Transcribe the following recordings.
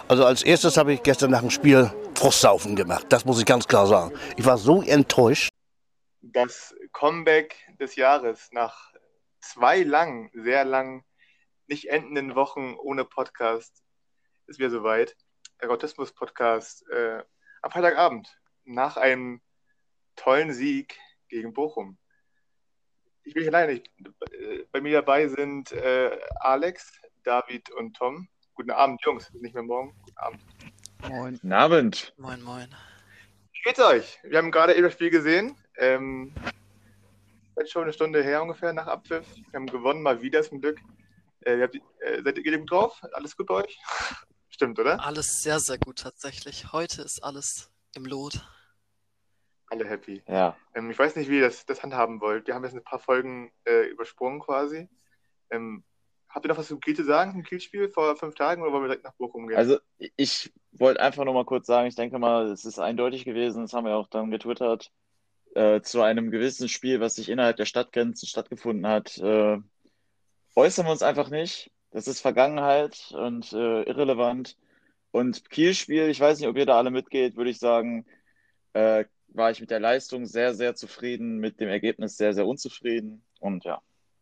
Also als erstes habe ich gestern nach dem Spiel Frustsaufen gemacht. Das muss ich ganz klar sagen. Ich war so enttäuscht. Das Comeback des Jahres nach 2 langen, sehr langen, nicht endenden Wochen ohne Podcast ist wieder soweit. Der Autismus-Podcast am Freitagabend nach einem tollen Sieg gegen Bochum. Ich bin nicht alleine. Bei mir dabei sind Alex, David und Tom. Guten Abend, Jungs. Nicht mehr morgen. Guten Abend. Moin. Guten Abend. Moin, moin. Wie geht's euch? Wir haben gerade eben das Spiel gesehen. Jetzt schon eine Stunde her ungefähr nach Abpfiff. Wir haben gewonnen, mal wieder zum Glück. Seid ihr gut drauf? Alles gut bei euch? Stimmt, oder? Alles sehr, sehr gut tatsächlich. Heute ist alles im Lot. Alle happy. Ja. Ich weiß nicht, wie ihr das handhaben wollt. Wir haben jetzt ein paar Folgen übersprungen quasi. Habt ihr noch was zum Kiel zu sagen, zum Kiel-Spiel vor 5 Tagen, oder wollen wir direkt nach Bochum gehen? Also ich wollte einfach nur mal kurz sagen, ich denke mal, es ist eindeutig gewesen, das haben wir auch dann getwittert, zu einem gewissen Spiel, was sich innerhalb der Stadtgrenzen stattgefunden hat, äußern wir uns einfach nicht. Das ist Vergangenheit und irrelevant. Und Kiel-Spiel, ich weiß nicht, ob ihr da alle mitgeht, würde ich sagen, war ich mit der Leistung sehr, sehr zufrieden, mit dem Ergebnis sehr, sehr unzufrieden. Und ja,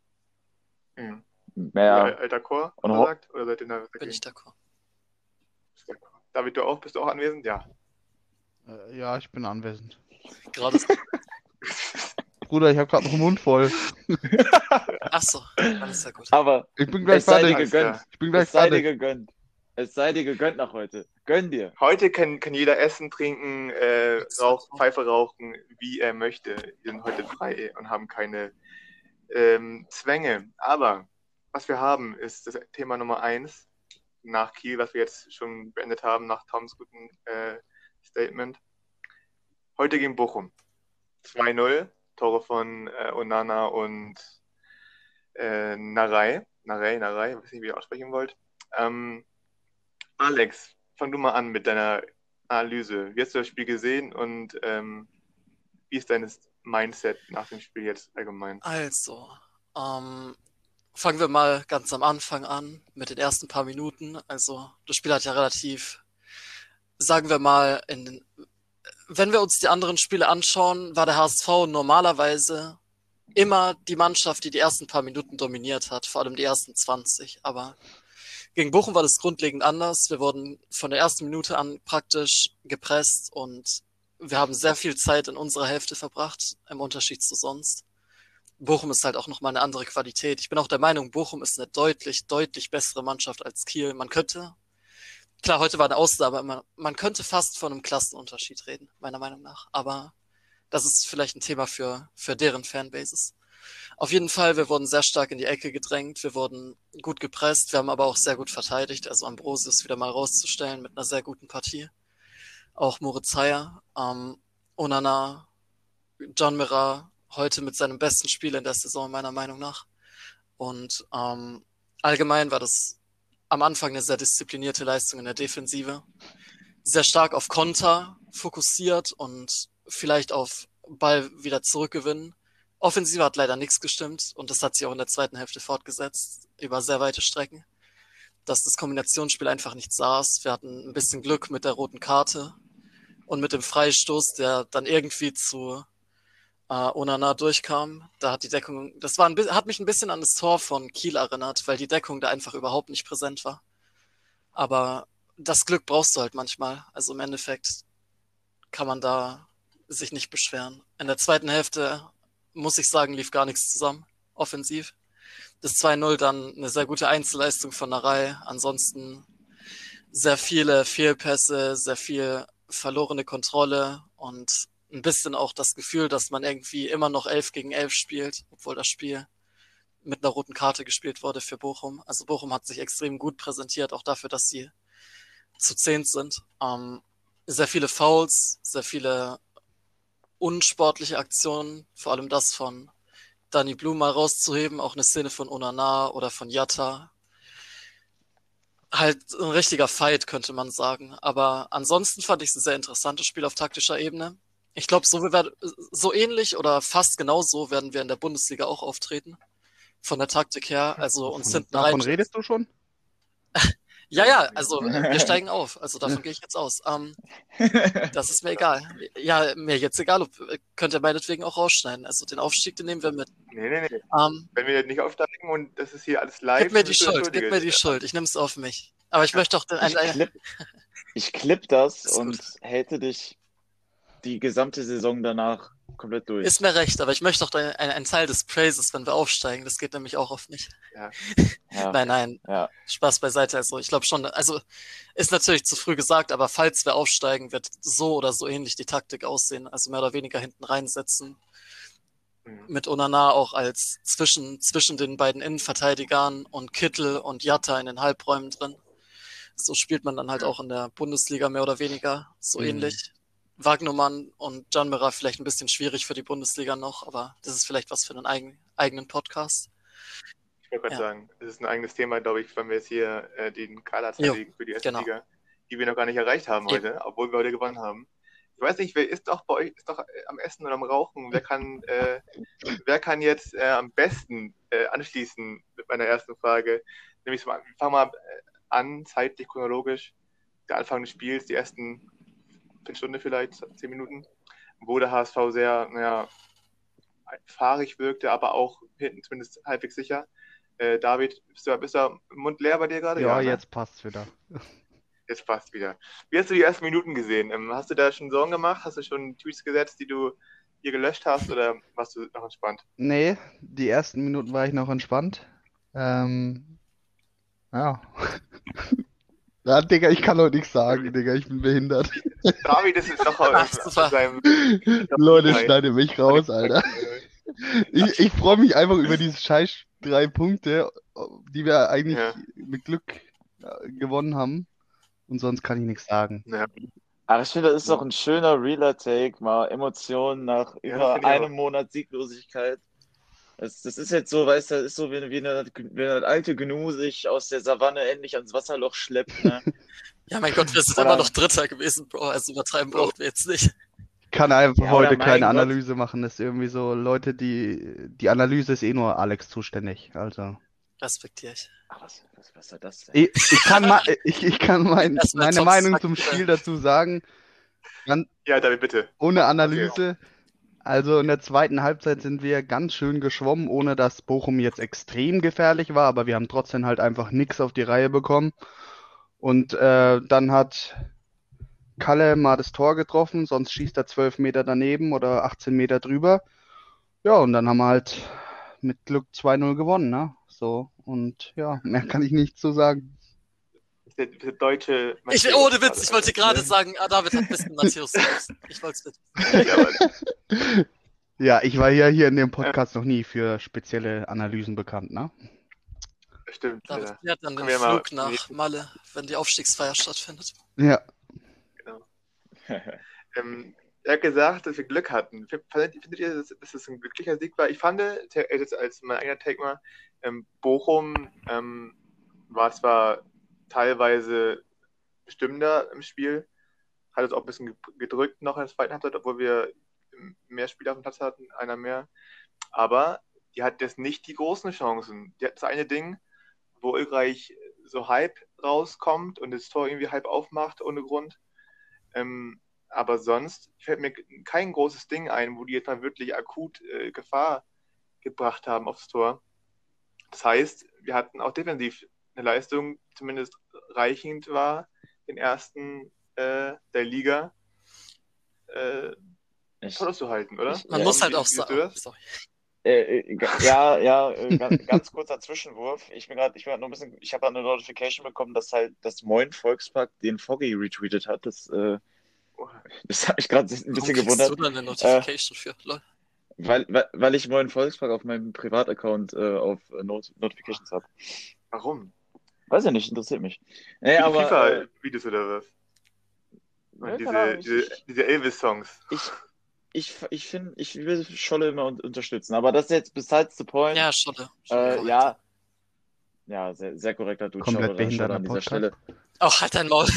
Mhm. mehr. Alter Chor, Und gesagt? Oder seid ihr da Bin ich d'accord. David, du auch? Bist du auch anwesend? Ja. Ja, ich bin anwesend. Gerade. Bruder, ich habe gerade noch den Mund voll. Achso, alles sehr gut. Aber Ich bin gleich es sei dir fertig. gegönnt. Ich bin gleich Es sei dir fertig. gegönnt. Es sei dir gegönnt nach heute. Gönn dir. Heute kann jeder essen, trinken, Pfeife rauchen, wie er möchte. Wir sind heute frei und haben keine Zwänge. Aber was wir haben, ist das Thema Nummer 1 nach Kiel, was wir jetzt schon beendet haben, nach Toms guten Statement. Heute gegen Bochum. 2-0, Tore von Onana und Narei. Ich weiß nicht, wie ihr aussprechen wollt. Alex, fang du mal an mit deiner Analyse. Wie hast du das Spiel gesehen und wie ist dein Mindset nach dem Spiel jetzt allgemein? Also, fangen wir mal ganz am Anfang an mit den ersten paar Minuten. Also, das Spiel hat ja relativ, sagen wir mal, wenn wir uns die anderen Spiele anschauen, war der HSV normalerweise immer die Mannschaft, die die ersten paar Minuten dominiert hat, vor allem die ersten 20. Aber gegen Bochum war das grundlegend anders. Wir wurden von der ersten Minute an praktisch gepresst und wir haben sehr viel Zeit in unserer Hälfte verbracht, im Unterschied zu sonst. Bochum ist halt auch nochmal eine andere Qualität. Ich bin auch der Meinung, Bochum ist eine deutlich, deutlich bessere Mannschaft als Kiel. Klar, heute war eine Ausnahme, aber man könnte fast von einem Klassenunterschied reden, meiner Meinung nach. Aber das ist vielleicht ein Thema für deren Fanbases. Auf jeden Fall, wir wurden sehr stark in die Ecke gedrängt, wir wurden gut gepresst, wir haben aber auch sehr gut verteidigt, also Ambrosius wieder mal rauszustellen mit einer sehr guten Partie. Auch Moritz Heyer, Onana, John Mira, heute mit seinem besten Spiel in der Saison, meiner Meinung nach. Und allgemein war das am Anfang eine sehr disziplinierte Leistung in der Defensive. Sehr stark auf Konter fokussiert und vielleicht auf Ball wieder zurückgewinnen. Offensive hat leider nichts gestimmt und das hat sich auch in der zweiten Hälfte fortgesetzt, über sehr weite Strecken, dass das Kombinationsspiel einfach nicht saß. Wir hatten ein bisschen Glück mit der roten Karte und mit dem Freistoß, der dann irgendwie zu Onana durchkam. Da hat die Deckung, hat mich ein bisschen an das Tor von Kiel erinnert, weil die Deckung da einfach überhaupt nicht präsent war. Aber das Glück brauchst du halt manchmal. Also im Endeffekt kann man da sich nicht beschweren. In der zweiten Hälfte, muss ich sagen, lief gar nichts zusammen, offensiv. Das 2-0 dann eine sehr gute Einzelleistung von Narei. Ansonsten sehr viele Fehlpässe, sehr viel verlorene Kontrolle und ein bisschen auch das Gefühl, dass man irgendwie immer noch 11 gegen 11 spielt, obwohl das Spiel mit einer roten Karte gespielt wurde für Bochum. Also Bochum hat sich extrem gut präsentiert, auch dafür, dass sie zu 10 sind. Sehr viele Fouls, sehr viele unsportliche Aktionen, vor allem das von Dani Blum mal rauszuheben, auch eine Szene von Onana oder von Jatta. Halt ein richtiger Fight, könnte man sagen. Aber ansonsten fand ich es ein sehr interessantes Spiel auf taktischer Ebene. Ich glaube, so ähnlich oder fast genauso werden wir in der Bundesliga auch auftreten. Von der Taktik her. Also uns hinten rein. Davon redest du schon? Ja, also wir steigen auf. Also davon gehe ich jetzt aus. Das ist mir egal. Ja, mir jetzt egal, könnt ihr meinetwegen auch rausschneiden. Also den Aufstieg, den nehmen wir mit. Nee. Ähm, Wenn wir nicht aufsteigen und das ist hier alles live, Gib mir die bist du Schuld, entschuldigt. Ich nehme es auf mich. Aber ich möchte doch Ich klipp das Ist und gut. hate dich die gesamte Saison danach komplett durch. Ist mir recht, aber ich möchte doch einen Teil des Praises, wenn wir aufsteigen. Das geht nämlich auch auf mich. Ja. Ja, Nein, ja. Spaß beiseite. Also ich glaube schon, also ist natürlich zu früh gesagt, aber falls wir aufsteigen, wird so oder so ähnlich die Taktik aussehen. Also mehr oder weniger hinten reinsetzen. Mit Onana auch als zwischen den beiden Innenverteidigern und Kittel und Jatta in den Halbräumen drin. So spielt man dann halt auch in der Bundesliga mehr oder weniger so ähnlich. Wagnumann und Canberra vielleicht ein bisschen schwierig für die Bundesliga noch, aber das ist vielleicht was für einen eigenen Podcast. Ich wollte gerade sagen, das ist ein eigenes Thema, glaube ich, wenn wir jetzt hier den Kader zerlegen für die erste Liga, die wir noch gar nicht erreicht haben heute, obwohl wir heute gewonnen haben. Ich weiß nicht, wer ist doch bei euch am Essen oder am Rauchen? Wer kann jetzt am besten anschließen mit meiner ersten Frage? Nämlich wir fangen mal an, zeitlich chronologisch, der Anfang des Spiels, die ersten Viertelstunde vielleicht, 10 Minuten, wo der HSV sehr fahrig wirkte, aber auch hinten zumindest halbwegs sicher. David, bist du Mund leer bei dir gerade? Ja, ne? jetzt passt's wieder. Jetzt passt wieder. Wie hast du die ersten Minuten gesehen? Hast du da schon Sorgen gemacht? Hast du schon Tweets gesetzt, die du hier gelöscht hast, oder warst du noch entspannt? Nee, die ersten Minuten war ich noch entspannt. Ja. Ja, Digga, ich kann heute nichts sagen, Digga, ich bin behindert. David ist jetzt noch auf seinem... Leute, schneide mich raus, Alter. Ich freue mich einfach über diese scheiß 3 Punkte, die wir eigentlich mit Glück gewonnen haben. Und sonst kann ich nichts sagen. Ja. Aber ich finde, das ist doch ein schöner realer Take, mal Emotionen nach über einem Monat Sieglosigkeit. Das ist jetzt so, weißt du, das ist so, wie eine alte Gnu sich aus der Savanne endlich ans Wasserloch schleppt. Ne? Ja, mein Gott, wir sind immer noch Dritter gewesen, Bro. Also übertreiben brauchen wir jetzt nicht. Ich kann einfach heute keine Gott. Analyse machen. Das ist irgendwie so, Leute, die Analyse ist eh nur Alex zuständig. Also. Respektiere ich. Ach, was soll das denn? Ich kann meine Meinung zum Spiel dazu sagen. Ja, David, bitte. Ohne Analyse. Okay. Also in der zweiten Halbzeit sind wir ganz schön geschwommen, ohne dass Bochum jetzt extrem gefährlich war, aber wir haben trotzdem halt einfach nichts auf die Reihe bekommen. Und dann hat Kalle mal das Tor getroffen, sonst schießt er 12 Meter daneben oder 18 Meter drüber. Ja, und dann haben wir halt mit Glück 2-0 gewonnen, ne? So, und ja, mehr kann ich nicht so sagen. Der deutsche ohne Witz, ich wollte gerade sagen, David hat ein bisschen Matthäus. Ich wollte es wissen. Ja, ich war hier in dem Podcast noch nie für spezielle Analysen bekannt, ne? Stimmt. David fährt dann den Flug nach Malle, wenn die Aufstiegsfeier stattfindet. Ja. Genau. Er hat gesagt, dass wir Glück hatten. Findet ihr, dass es ein glücklicher Sieg war? Ich fand, jetzt als mein eigener Take mal, Bochum war zwar teilweise bestimmender im Spiel, hat es auch ein bisschen gedrückt noch in der zweiten Halbzeit, obwohl wir mehr Spieler auf dem Platz hatten, einer mehr. Aber die hat jetzt nicht die großen Chancen. Die hat das eine Ding, wo Ulreich so halb rauskommt und das Tor irgendwie halb aufmacht ohne Grund. Aber sonst fällt mir kein großes Ding ein, wo die jetzt mal wirklich akut Gefahr gebracht haben aufs Tor. Das heißt, wir hatten auch defensiv eine Leistung, die zumindest reichend war, den ersten der Liga voll zu halten, oder? Man muss halt auch sagen. Ganz kurzer Zwischenwurf. Ich habe eine Notification bekommen, dass halt das Moin Volkspark den Foggy retweetet hat. Das hat mich gerade ein bisschen gewundert. Warum kriegst du da eine Notification für? Lol. Weil ich Moin Volkspark auf meinem Privataccount auf Notifications habe. Warum? Weiß ich nicht, interessiert mich. Nee, aber FIFA-Videos oder was? Und diese Elvis-Songs. Ich will Scholle immer unterstützen, aber das ist jetzt besides the point. Ja, Scholle. Ja, sehr, sehr korrekter Dude. Komplett behinderter an dieser Stelle. Auch halt dein Maul.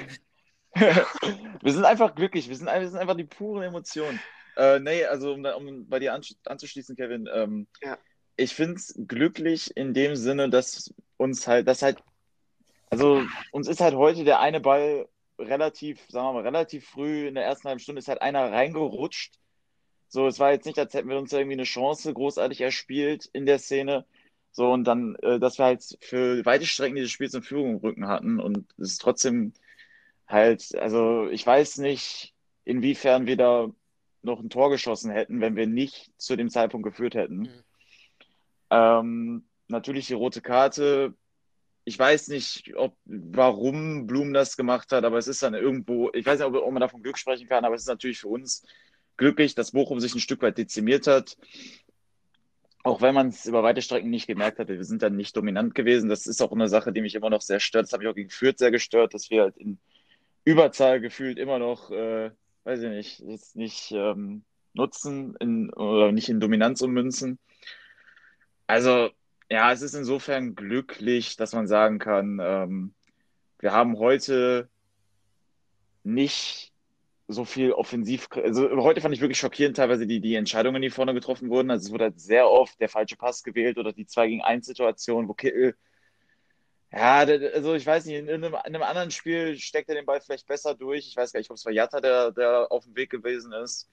Wir sind einfach glücklich, wir sind einfach die puren Emotionen. Also um bei dir anzuschließen, Kevin, ich finde es glücklich in dem Sinne, dass Also uns ist halt heute der eine Ball relativ früh in der ersten halben Stunde ist halt einer reingerutscht. So, es war jetzt nicht, als hätten wir uns irgendwie eine Chance großartig erspielt in der Szene. So, und dann, dass wir halt für weite Strecken dieses Spiels in Führung im Rücken hatten. Und es ist trotzdem halt, also ich weiß nicht, inwiefern wir da noch ein Tor geschossen hätten, wenn wir nicht zu dem Zeitpunkt geführt hätten. Mhm. Natürlich die rote Karte. Ich weiß nicht, warum Blum das gemacht hat, aber es ist dann irgendwo, ich weiß nicht, ob man davon Glück sprechen kann, aber es ist natürlich für uns glücklich, dass Bochum sich ein Stück weit dezimiert hat. Auch wenn man es über weite Strecken nicht gemerkt hatte, wir sind dann nicht dominant gewesen. Das ist auch eine Sache, die mich immer noch sehr stört. Das hat mich auch gegen Fürth sehr gestört, dass wir halt in Überzahl gefühlt immer noch, weiß ich nicht, jetzt nicht nutzen oder nicht in Dominanz ummünzen. Also, ja, es ist insofern glücklich, dass man sagen kann, wir haben heute nicht so viel offensiv. Also heute fand ich wirklich schockierend teilweise die Entscheidungen, die vorne getroffen wurden. Also es wurde halt sehr oft der falsche Pass gewählt oder die 2 gegen 1 Situation, wo Kittel, ja, also ich weiß nicht, in einem anderen Spiel steckt er den Ball vielleicht besser durch. Ich weiß gar nicht, ob es war Jatta, der auf dem Weg gewesen ist.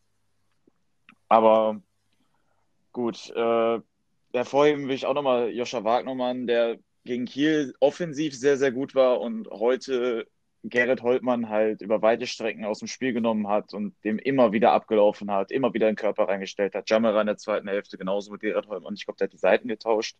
Aber gut, hervorheben will ich auch nochmal Joscha Wagnermann, der gegen Kiel offensiv sehr, sehr gut war und heute Gerrit Holtmann halt über weite Strecken aus dem Spiel genommen hat und dem immer wieder abgelaufen hat, immer wieder den Körper reingestellt hat. Jammerer in der zweiten Hälfte genauso mit Gerrit Holtmann. Ich glaube, der hat die Seiten getauscht.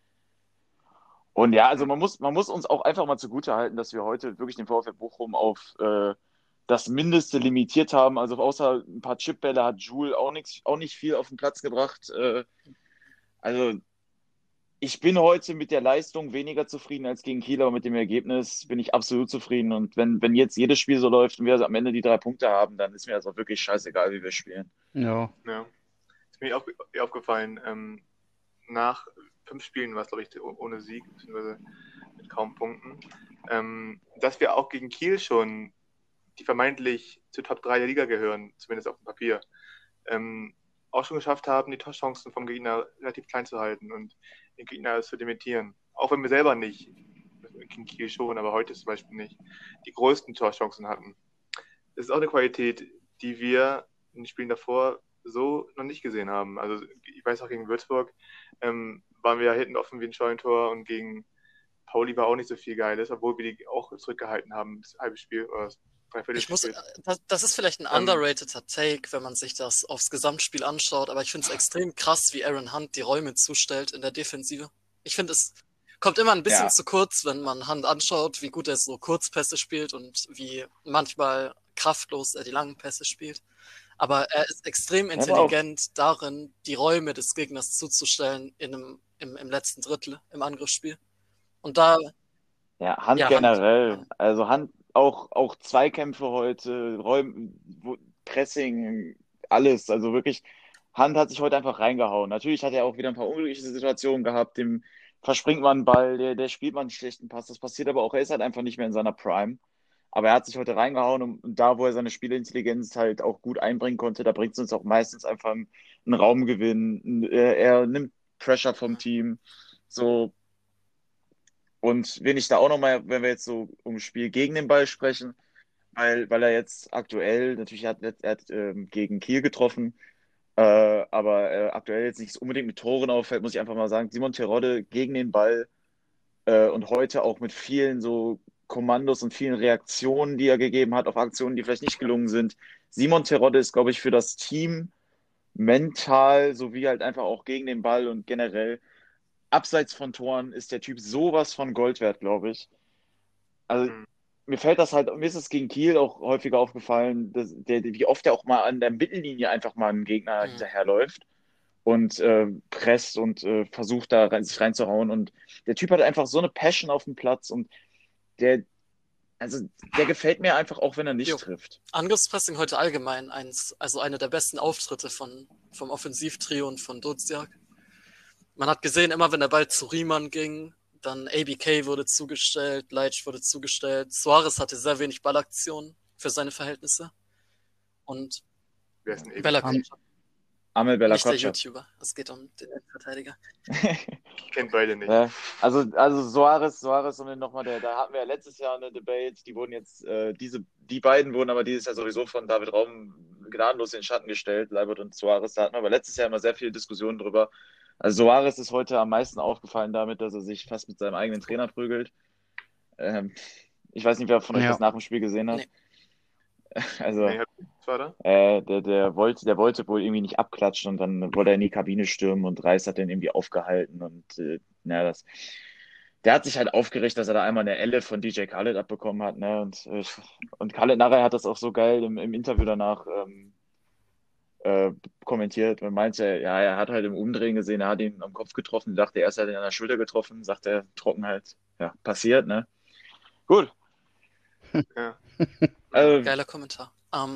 Und ja, also man muss uns auch einfach mal zugutehalten, dass wir heute wirklich den VfL Bochum auf das Mindeste limitiert haben. Also außer ein paar Chipbälle hat Joule auch nicht viel auf den Platz gebracht. Also ich bin heute mit der Leistung weniger zufrieden als gegen Kiel, aber mit dem Ergebnis bin ich absolut zufrieden. Und wenn jetzt jedes Spiel so läuft und wir am Ende die 3 Punkte haben, dann ist mir das auch wirklich scheißegal, wie wir spielen. Ja. Ja. Ist mir auch aufgefallen, nach 5 Spielen war es, glaube ich, ohne Sieg, beziehungsweise mit kaum Punkten, dass wir auch gegen Kiel schon, die vermeintlich zur Top 3 der Liga gehören, zumindest auf dem Papier, auch schon geschafft haben, die Torchancen vom Gegner relativ klein zu halten und den Gegner zu limitieren. Auch wenn wir selber nicht, gegen Kiel schon, aber heute zum Beispiel nicht, die größten Torchancen hatten. Das ist auch eine Qualität, die wir in den Spielen davor so noch nicht gesehen haben. Also ich weiß auch, gegen Würzburg waren wir ja hinten offen wie ein Scheunentor und gegen Pauli war auch nicht so viel Geiles, obwohl wir die auch zurückgehalten haben, das halbe Spiel oder das Dreiviertelspiel. Das ist vielleicht ein underrateder Take, wenn man sich das aufs Gesamtspiel anschaut, aber ich finde es extrem krass, wie Aaron Hunt die Räume zustellt in der Defensive. Ich finde, es kommt immer ein bisschen zu kurz, wenn man Hunt anschaut, wie gut er so Kurzpässe spielt und wie manchmal kraftlos er die langen Pässe spielt. Aber er ist extrem intelligent darin, die Räume des Gegners zuzustellen im letzten Drittel im Angriffsspiel. Und da. Ja, Hunt generell. Also Hunt auch Zweikämpfe heute, Pressing, alles. Also wirklich, Hunt hat sich heute einfach reingehauen. Natürlich hat er auch wieder ein paar unglückliche Situationen gehabt. Dem verspringt man einen Ball, der spielt mal einen schlechten Pass. Das passiert aber auch, er ist halt einfach nicht mehr in seiner Prime. Aber er hat sich heute reingehauen und da, wo er seine Spielintelligenz halt auch gut einbringen konnte, da bringt es uns auch meistens einfach einen Raumgewinn. Er nimmt Pressure vom Team. So. Und wen ich da auch nochmal, wenn wir jetzt so um Spiel gegen den Ball sprechen, weil er jetzt aktuell, natürlich er hat gegen Kiel getroffen, aber aktuell jetzt nicht unbedingt mit Toren auffällt, muss ich einfach mal sagen, Simon Terodde gegen den Ball und heute auch mit vielen so Kommandos und vielen Reaktionen, die er gegeben hat auf Aktionen, die vielleicht nicht gelungen sind. Simon Terodde ist, glaube ich, für das Team mental sowie halt einfach auch gegen den Ball und generell abseits von Toren ist der Typ sowas von Gold wert, glaube ich. Also mir ist es gegen Kiel auch häufiger aufgefallen, wie oft er auch mal an der Mittellinie einfach mal einem Gegner hinterherläuft und presst und versucht da sich reinzuhauen. Und der Typ hat einfach so eine Passion auf dem Platz und der gefällt mir einfach auch, wenn er nicht trifft. Angriffspressing heute allgemein also einer der besten Auftritte vom Offensivtrio und von Duziak. Man hat gesehen, immer wenn der Ball zu Riemann ging, dann ABK wurde zugestellt, Leitsch wurde zugestellt. Suarez hatte sehr wenig Ballaktionen für seine Verhältnisse. Und Wer ist denn Bella Amel Bella Nicht der Kotschap. YouTuber. Es geht um den Innenverteidiger. Ich kenne beide nicht. Ja, also Suarez und nochmal da hatten wir ja letztes Jahr eine Debate, die wurden jetzt, die beiden wurden aber dieses Jahr sowieso von David Raum gnadenlos in den Schatten gestellt, Leibold und Suarez, da hatten wir aber letztes Jahr immer sehr viele Diskussionen drüber. Also Suarez ist heute am meisten aufgefallen damit, dass er sich fast mit seinem eigenen Trainer prügelt. Ich weiß nicht, wer von euch Ja. das nach dem Spiel gesehen hat. Nee. Also, Nee, was war da? der wollte wohl irgendwie nicht abklatschen und dann wollte er in die Kabine stürmen und Reis hat den irgendwie aufgehalten und der hat sich halt aufgeregt, dass er da einmal eine Elle von DJ Khaled abbekommen hat, ne? Und Khaled nachher hat das auch so geil im Interview danach kommentiert. Man meinte, ja, er hat halt im Umdrehen gesehen, er hat ihn am Kopf getroffen, dachte erst, er hat ihn an der Schulter getroffen, sagt er trocken halt, ja, passiert, ne? Gut. Ja. Also, Geiler Kommentar.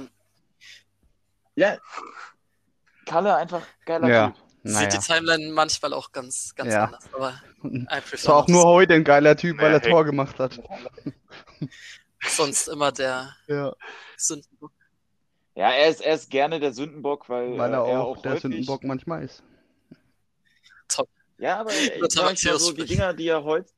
ja, Kalle einfach geiler Ja. Typ. Sieht die Naja. Timeline manchmal auch ganz Ja. anders. Aber I Es prefer war auch not. nur heute ein geiler Typ, weil Naja, er Tor gemacht hat. Sonst immer der Ja. Sündenbock. Ja, er ist gerne der Sündenbock, weil Weil er auch der häufig. Sündenbock manchmal ist. Top. Ja, aber Lothar sag ich mal Matthäus so, die spricht. Dinger, die er heute.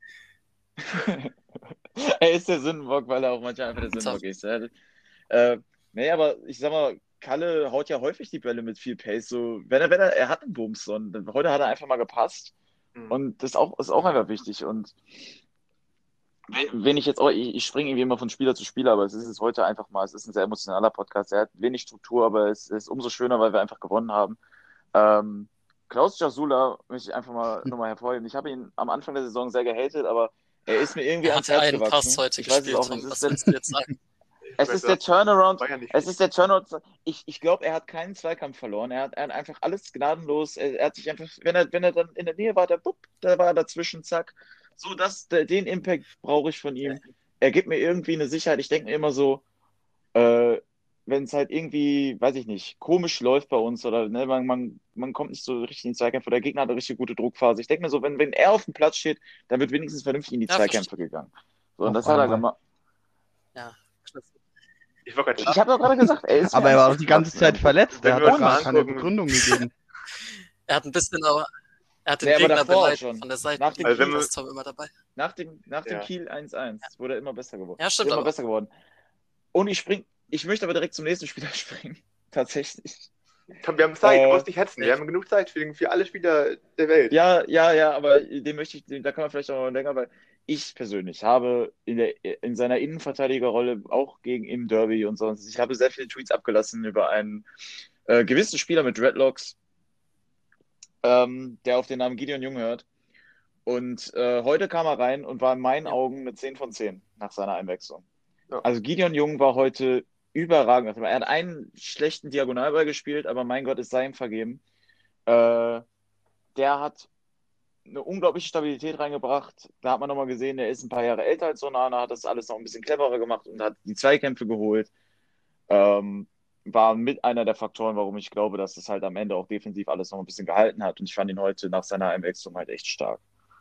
Er ist der Sündenbock, weil er auch manchmal einfach der Sündenbock ist. Ja. Nee, aber ich sag mal, Kalle haut ja häufig die Bälle mit viel Pace. So, er hat einen Bums und heute hat er einfach mal gepasst. Mhm. Und das ist auch einfach wichtig. Und wenn ich jetzt auch, ich springe irgendwie immer von Spieler zu Spieler, aber es ist heute einfach mal, es ist ein sehr emotionaler Podcast. Er hat wenig Struktur, aber es ist umso schöner, weil wir einfach gewonnen haben. Klaus Jasula möchte ich einfach mal nochmal hervorheben. Ich habe ihn am Anfang der Saison sehr gehatet, aber er ist mir irgendwie Er ans hatte Herz einen gewachsen. Pass heute Ich weiß es gespielt, auch Tom. nicht. Was willst du jetzt sagen? Es ist der Turnaround. War ja nicht Es ist der Turnaround. Ich glaube, er hat keinen Zweikampf verloren. Er hat einfach alles gnadenlos. Er hat sich einfach, wenn er dann in der Nähe war, da war er dazwischen, zack. So, den Impact brauche ich von ihm. Er gibt mir irgendwie eine Sicherheit. Ich denke mir immer so, wenn es halt irgendwie, weiß ich nicht, komisch läuft bei uns oder ne, man kommt nicht so richtig in die Zweikämpfe, der Gegner hat eine richtig gute Druckphase. Ich denke mir so, wenn er auf dem Platz steht, dann wird wenigstens vernünftig in die Ja, Zweikämpfe gegangen. So, und Auf das hat er einmal. gemacht. Ja, Ich war gerade Ich habe doch gerade gesagt, er ist Aber mir er war ans auch die Herz ganze gewachsen, Zeit ne? verletzt. Wenn Er hat wir auch uns mal gar keine angucken- Begründung gegeben. er hat ein bisschen, aber er hat den Nee, aber Gegner davor auch beleidigt schon. von der Seite. Nach dem Also wenn Da wir- ist Tom immer dabei. Nach dem Ja. Kiel 1-1 wurde er immer besser geworden. Ja, stimmt, Immer aber- besser geworden. Und ich möchte aber direkt zum nächsten Spieler springen. Tatsächlich. Tom, wir haben Zeit, du Äh, musst nicht hetzen. Wir haben genug Zeit für alle Spieler der Welt. Ja, aber da kann man vielleicht auch noch länger, weil ich persönlich habe in seiner Innenverteidigerrolle auch gegen im Derby und sonst, ich habe sehr viele Tweets abgelassen über einen gewissen Spieler mit Dreadlocks, der auf den Namen Gideon Jung hört. Und heute kam er rein und war in meinen Augen eine 10 von 10 nach seiner Einwechslung. Ja. Also Gideon Jung war heute überragend. Er hat einen schlechten Diagonalball gespielt, aber mein Gott, es sei ihm vergeben. Der hat eine unglaubliche Stabilität reingebracht. Da hat man nochmal gesehen, der ist ein paar Jahre älter als Onana, hat das alles noch ein bisschen cleverer gemacht und hat die Zweikämpfe geholt. War mit einer der Faktoren, warum ich glaube, dass es halt am Ende auch defensiv alles noch ein bisschen gehalten hat. Und ich fand ihn heute nach seiner Einwechslung halt echt stark.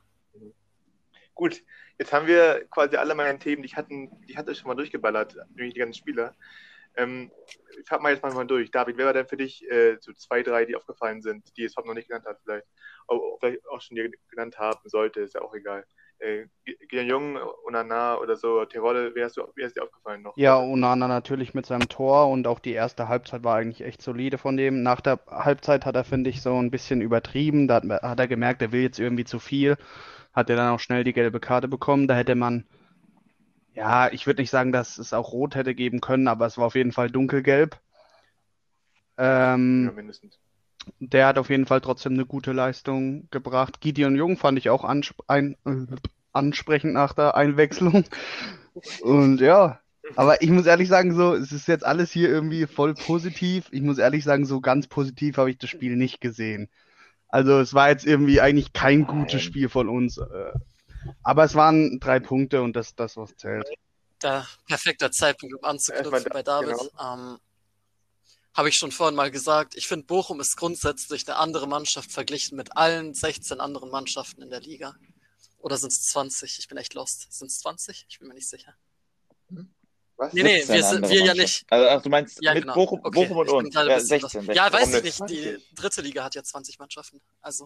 Gut, jetzt haben wir quasi alle meine Themen, die hatte ich schon mal durchgeballert, nämlich die ganzen Spieler. Ich frage mal jetzt mal durch. David, wer war denn für dich so 2, 3, die aufgefallen sind, die es Tom noch nicht genannt hat, vielleicht auch schon dir genannt haben sollte, ist ja auch egal. Gideon Jung, Onana oder so, Terodde, wer ist dir aufgefallen noch? Ja, Onana natürlich mit seinem Tor und auch die erste Halbzeit war eigentlich echt solide von dem. Nach der Halbzeit hat er, finde ich, so ein bisschen übertrieben. Da hat er gemerkt, er will jetzt irgendwie zu viel. Hat er dann auch schnell die gelbe Karte bekommen. Da hätte man, ja, ich würde nicht sagen, dass es auch rot hätte geben können, aber es war auf jeden Fall dunkelgelb. Ja, mindestens. Der hat auf jeden Fall trotzdem eine gute Leistung gebracht. Gideon Jung fand ich auch ansprechend nach der Einwechslung. Und ja, aber ich muss ehrlich sagen, so, es ist jetzt alles hier irgendwie voll positiv. Ich muss ehrlich sagen, so ganz positiv habe ich das Spiel nicht gesehen. Also es war jetzt irgendwie eigentlich kein gutes Spiel von uns. Aber es waren 3 Punkte und das was zählt. Der perfekte Zeitpunkt, um anzuknüpfen Erstmal bei David. genau. Habe ich schon vorhin mal gesagt, ich finde, Bochum ist grundsätzlich eine andere Mannschaft verglichen mit allen 16 anderen Mannschaften in der Liga. Oder sind es 20? Ich bin echt lost. Sind es 20? Ich bin mir nicht sicher. Was? Nee, Das ist ja eine andere wir ja Mannschaft. nicht. Also, ach, du meinst Ja, mit genau. Bochum, Okay, Bochum und ich bin uns. gerade Ja, ein bisschen 16, lost. Ja, 16. weiß Warum ich nicht nicht. Die 20? dritte Liga hat ja 20 Mannschaften. Also.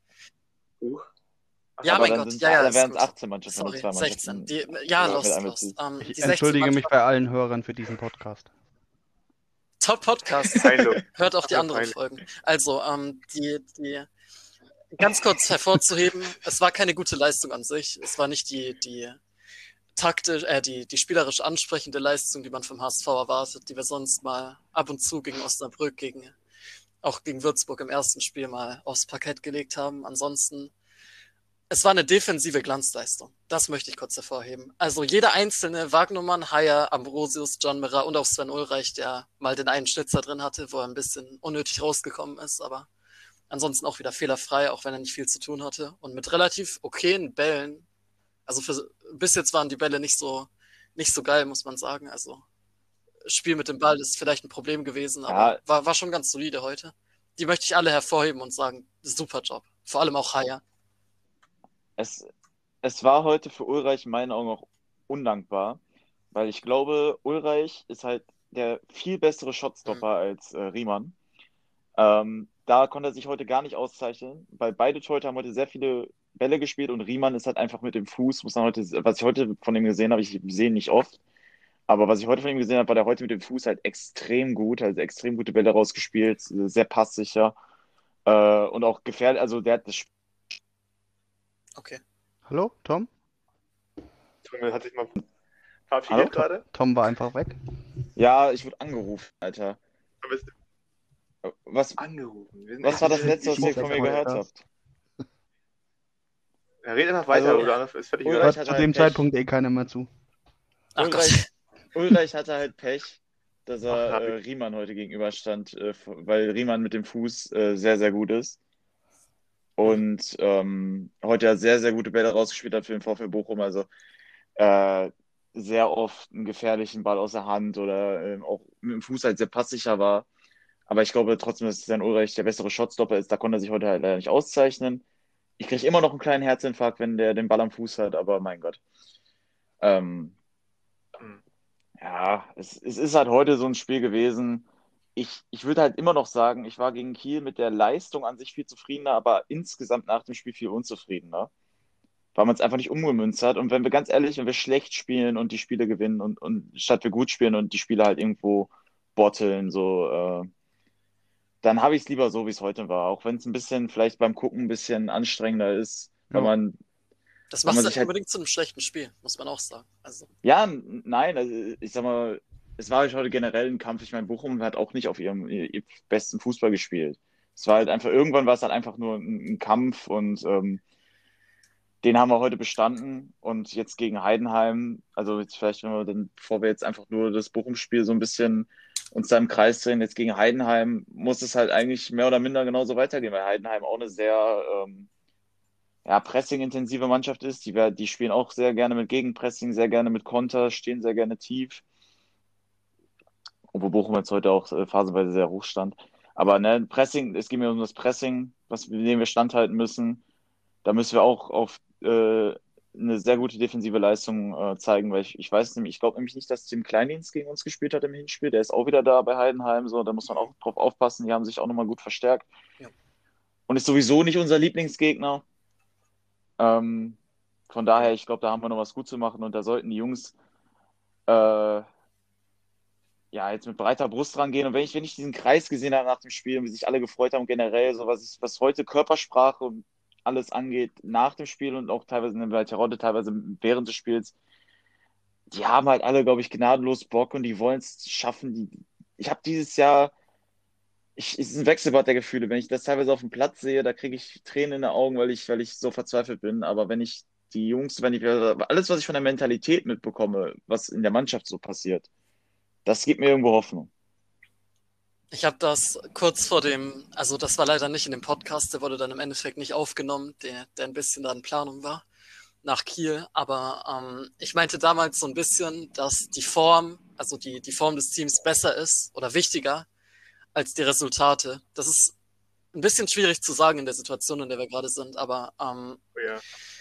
Ach, Ja, Aber mein dann Gott. sind Ja, da ist wären es gut. 18 Mannschaften, wenn du Sorry, zwei 16. Mannschaften Ja, mit lost. einbeziehst. Ich Die 16 entschuldige mich Mannschaften. bei allen Hörern für diesen Podcast. Top-Podcast. Peinlich. Hört auf die Ach, anderen peinlich. Folgen. Also, die ganz kurz hervorzuheben, es war keine gute Leistung an sich. Es war nicht die taktisch, die spielerisch ansprechende Leistung, die man vom HSV erwartet, die wir sonst mal ab und zu gegen Osnabrück, auch gegen Würzburg im ersten Spiel mal aufs Parkett gelegt haben. Ansonsten, es war eine defensive Glanzleistung. Das möchte ich kurz hervorheben. Also jeder einzelne, Wagnumann, Haier, Ambrosius, John Mira und auch Sven Ulreich, der mal den einen Schnitzer drin hatte, wo er ein bisschen unnötig rausgekommen ist, aber ansonsten auch wieder fehlerfrei, auch wenn er nicht viel zu tun hatte. Und mit relativ okayen Bällen, also bis jetzt waren die Bälle nicht so geil, muss man sagen. Also Spiel mit dem Ball ist vielleicht ein Problem gewesen, aber Ja, war schon ganz solide heute. Die möchte ich alle hervorheben und sagen, super Job. Vor allem auch Haier. es war heute für Ulreich in meinen Augen auch undankbar, weil ich glaube, Ulreich ist halt der viel bessere Shotstopper als Riemann. Da konnte er sich heute gar nicht auszeichnen, weil beide Torhüter haben heute sehr viele Bälle gespielt und Riemann ist halt einfach mit dem Fuß, was ich heute von ihm gesehen habe, ich sehe ihn nicht oft, aber was ich heute von ihm gesehen habe, war der heute mit dem Fuß halt extrem gut, also extrem gute Bälle rausgespielt, sehr passsicher und auch gefährlich, also der hat das Spiel. Okay. Hallo, Tom? Tom hat sich mal Hallo? verabschiedet gerade. Tom war einfach weg. Ja, ich wurde angerufen, Alter. Du bist Was angerufen. Wir sind war das echt- Letzte, was ich- ihr von mir gehört habt? Ja, red einfach weiter, Also, oder? Ist völlig Ulreich egal. Hört hat zu halt dem Pech. Zeitpunkt eh keiner mehr zu. Ach Gott. Ulreich hatte halt Pech, dass Ach, er nein. Riemann heute gegenüberstand, weil Riemann mit dem Fuß sehr, sehr gut ist. Und heute ja sehr, sehr gute Bälle rausgespielt hat für den VfL Bochum. Also sehr oft einen gefährlichen Ball aus der Hand oder auch mit dem Fuß halt sehr passsicher war. Aber ich glaube trotzdem, dass Sven Ulreich der bessere Shotstopper ist. Da konnte er sich heute halt leider nicht auszeichnen. Ich kriege immer noch einen kleinen Herzinfarkt, wenn der den Ball am Fuß hat, aber mein Gott. Ähm, Hm. ja, es ist halt heute so ein Spiel gewesen. Ich würde halt immer noch sagen, ich war gegen Kiel mit der Leistung an sich viel zufriedener, aber insgesamt nach dem Spiel viel unzufriedener, weil man es einfach nicht umgemünzt hat. Und wenn wir ganz ehrlich, wenn wir schlecht spielen und die Spiele gewinnen und statt wir gut spielen und die Spiele halt irgendwo botteln, so, dann habe ich es lieber so, wie es heute war. Auch wenn es ein bisschen, vielleicht beim Gucken ein bisschen anstrengender ist, weil Ja. man, Das weil macht man es sich nicht halt, unbedingt zu einem schlechten Spiel, muss man auch sagen. Also, ja, nein, also ich sag mal, es war halt heute generell ein Kampf. Ich meine, Bochum hat auch nicht auf ihr besten Fußball gespielt. Es war halt einfach, irgendwann war es halt einfach nur ein Kampf und den haben wir heute bestanden und jetzt gegen Heidenheim, also jetzt vielleicht, wenn wir dann, bevor wir jetzt einfach nur das Bochum-Spiel so ein bisschen uns da im Kreis drehen, jetzt gegen Heidenheim muss es halt eigentlich mehr oder minder genauso weitergehen, weil Heidenheim auch eine sehr ja, pressing-intensive Mannschaft ist. Die spielen auch sehr gerne mit Gegenpressing, sehr gerne mit Konter, stehen sehr gerne tief. Obwohl Bochum jetzt heute auch phasenweise sehr hoch stand. Aber ne, Pressing, es geht mir um das Pressing, dem wir standhalten müssen. Da müssen wir auch auf eine sehr gute defensive Leistung zeigen, weil ich weiß nämlich, ich glaube nämlich nicht, dass Tim Kleindienst gegen uns gespielt hat im Hinspiel. Der ist auch wieder da bei Heidenheim, so, da muss man auch drauf aufpassen. Die haben sich auch nochmal gut verstärkt. Ja. Und ist sowieso nicht unser Lieblingsgegner. Von daher, ich glaube, da haben wir noch was gut zu machen und da sollten die Jungs ja, jetzt mit breiter Brust rangehen. Und wenn ich diesen Kreis gesehen habe nach dem Spiel und wie sich alle gefreut haben, generell, so was heute Körpersprache und alles angeht, nach dem Spiel und auch teilweise in der Terodde, teilweise während des Spiels, die haben halt alle, glaube ich, gnadenlos Bock und die wollen es schaffen. Ich habe dieses Jahr, es ist ein Wechselbad der Gefühle. Wenn ich das teilweise auf dem Platz sehe, da kriege ich Tränen in den Augen, weil ich so verzweifelt bin. Aber wenn ich die Jungs, alles, was ich von der Mentalität mitbekomme, was in der Mannschaft so passiert, das gibt mir irgendwo Hoffnung. ich habe das kurz vor also das war leider nicht in dem Podcast, der wurde dann im Endeffekt nicht aufgenommen, der ein bisschen da in Planung war, nach Kiel. Aber ich meinte damals so ein bisschen, dass die Form, also die Form des Teams besser ist oder wichtiger als die Resultate. Das ist ein bisschen schwierig zu sagen in der Situation, in der wir gerade sind, aber Oh ja.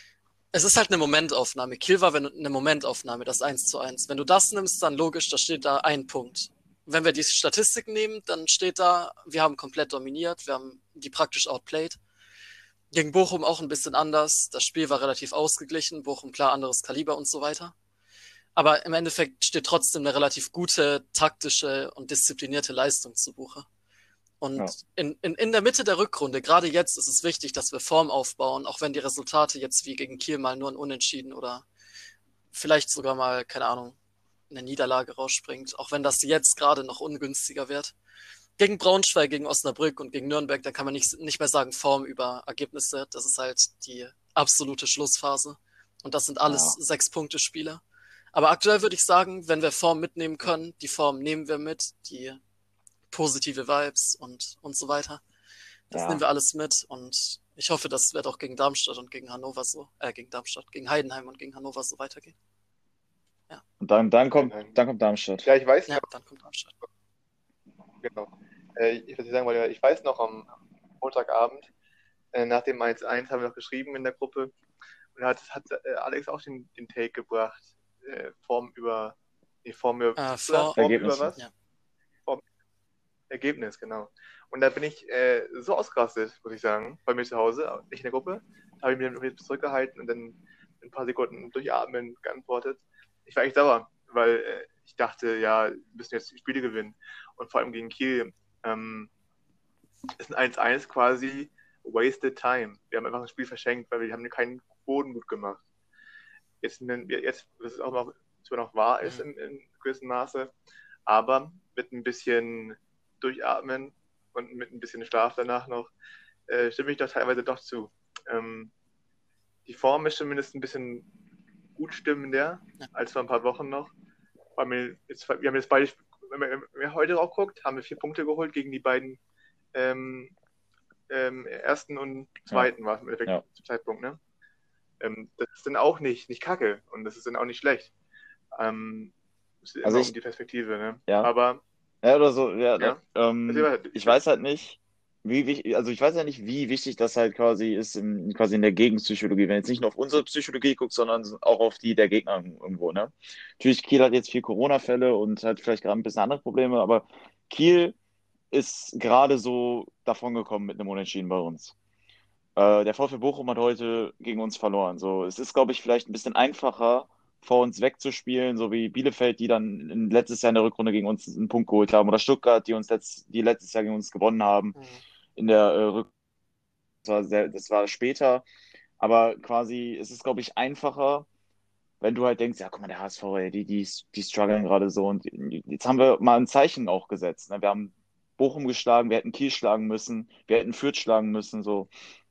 Es ist halt eine Momentaufnahme. Kiel war eine Momentaufnahme, das 1:1. Wenn du das nimmst, dann logisch, da steht da ein Punkt. Wenn wir die Statistik nehmen, dann steht da, wir haben komplett dominiert, wir haben die praktisch outplayed. Gegen Bochum auch ein bisschen anders. Das Spiel war relativ ausgeglichen. Bochum klar anderes Kaliber und so weiter. Aber im Endeffekt steht trotzdem eine relativ gute taktische und disziplinierte Leistung zu Buche. Und Ja. in der Mitte der Rückrunde, gerade jetzt, ist es wichtig, dass wir Form aufbauen, auch wenn die Resultate jetzt wie gegen Kiel mal nur ein Unentschieden oder vielleicht sogar mal, keine Ahnung, eine Niederlage rausspringt, auch wenn das jetzt gerade noch ungünstiger wird. Gegen Braunschweig, gegen Osnabrück und gegen Nürnberg, da kann man nicht mehr sagen Form über Ergebnisse. Das ist halt die absolute Schlussphase. Und das sind alles 6-Punkte-Spiele. Aber aktuell würde ich sagen, wenn wir Form mitnehmen können, die Form nehmen wir mit, die positive Vibes und so weiter. Das nehmen wir alles mit und ich hoffe, das wird auch gegen Darmstadt und gegen Hannover gegen Heidenheim und gegen Hannover so weitergehen. Ja. Und dann kommt Darmstadt. Ja, ich weiß Ja, noch, dann kommt Darmstadt. genau. Was ich sagen wollte, ich weiß noch am Montagabend, nach dem 1:1 haben wir noch geschrieben in der Gruppe und hat Alex auch den Take gebracht, Form über Ergebnis. was? Ja. Ergebnis, genau. Und da bin ich so ausgerastet, muss ich sagen, bei mir zu Hause, nicht in der Gruppe. Da habe ich mich zurückgehalten und dann ein paar Sekunden durchatmen geantwortet. Ich war echt sauer, weil ich dachte, ja, wir müssen jetzt die Spiele gewinnen. Und vor allem gegen Kiel ist ein 1:1 quasi wasted time. Wir haben einfach ein Spiel verschenkt, weil wir haben keinen Boden gut gemacht. Jetzt, was es auch noch wahr ist in gewissem Maße, aber mit ein bisschen Durchatmen und mit ein bisschen Schlaf danach noch, stimme ich doch teilweise doch zu. Die Form ist zumindest ein bisschen gut stimmender als vor ein paar Wochen noch. Wir haben jetzt beide, wenn man heute auch guckt, haben wir 4 Punkte geholt gegen die beiden ersten und zweiten, war es im Endeffekt zum Zeitpunkt. Ne? Das ist dann auch nicht kacke und das ist dann auch nicht schlecht. Es ist immer um die Perspektive. Ne? Ja. Aber oder so, ich weiß halt nicht, wie wichtig das halt quasi ist quasi in der Gegenpsychologie, wenn jetzt nicht nur auf unsere Psychologie guckt, sondern auch auf die der Gegner irgendwo, ne? Natürlich, Kiel hat jetzt 4 Corona-Fälle und hat vielleicht gerade ein bisschen andere Probleme, aber Kiel ist gerade so davongekommen mit einem Unentschieden bei uns. Der VfB Bochum hat heute gegen uns verloren. So, es ist, glaube ich, vielleicht ein bisschen einfacher, vor uns wegzuspielen, so wie Bielefeld, die dann letztes Jahr in der Rückrunde gegen uns einen Punkt geholt haben, oder Stuttgart, die letztes Jahr gegen uns gewonnen haben. In der Rückrunde, das war später, aber quasi es ist, glaube ich, einfacher, wenn du halt denkst, ja, guck mal, der HSV, ey, die strugglen gerade so und jetzt haben wir mal ein Zeichen auch gesetzt. Ne? Wir haben Bochum geschlagen, wir hätten Kiel schlagen müssen, wir hätten Fürth schlagen müssen, so.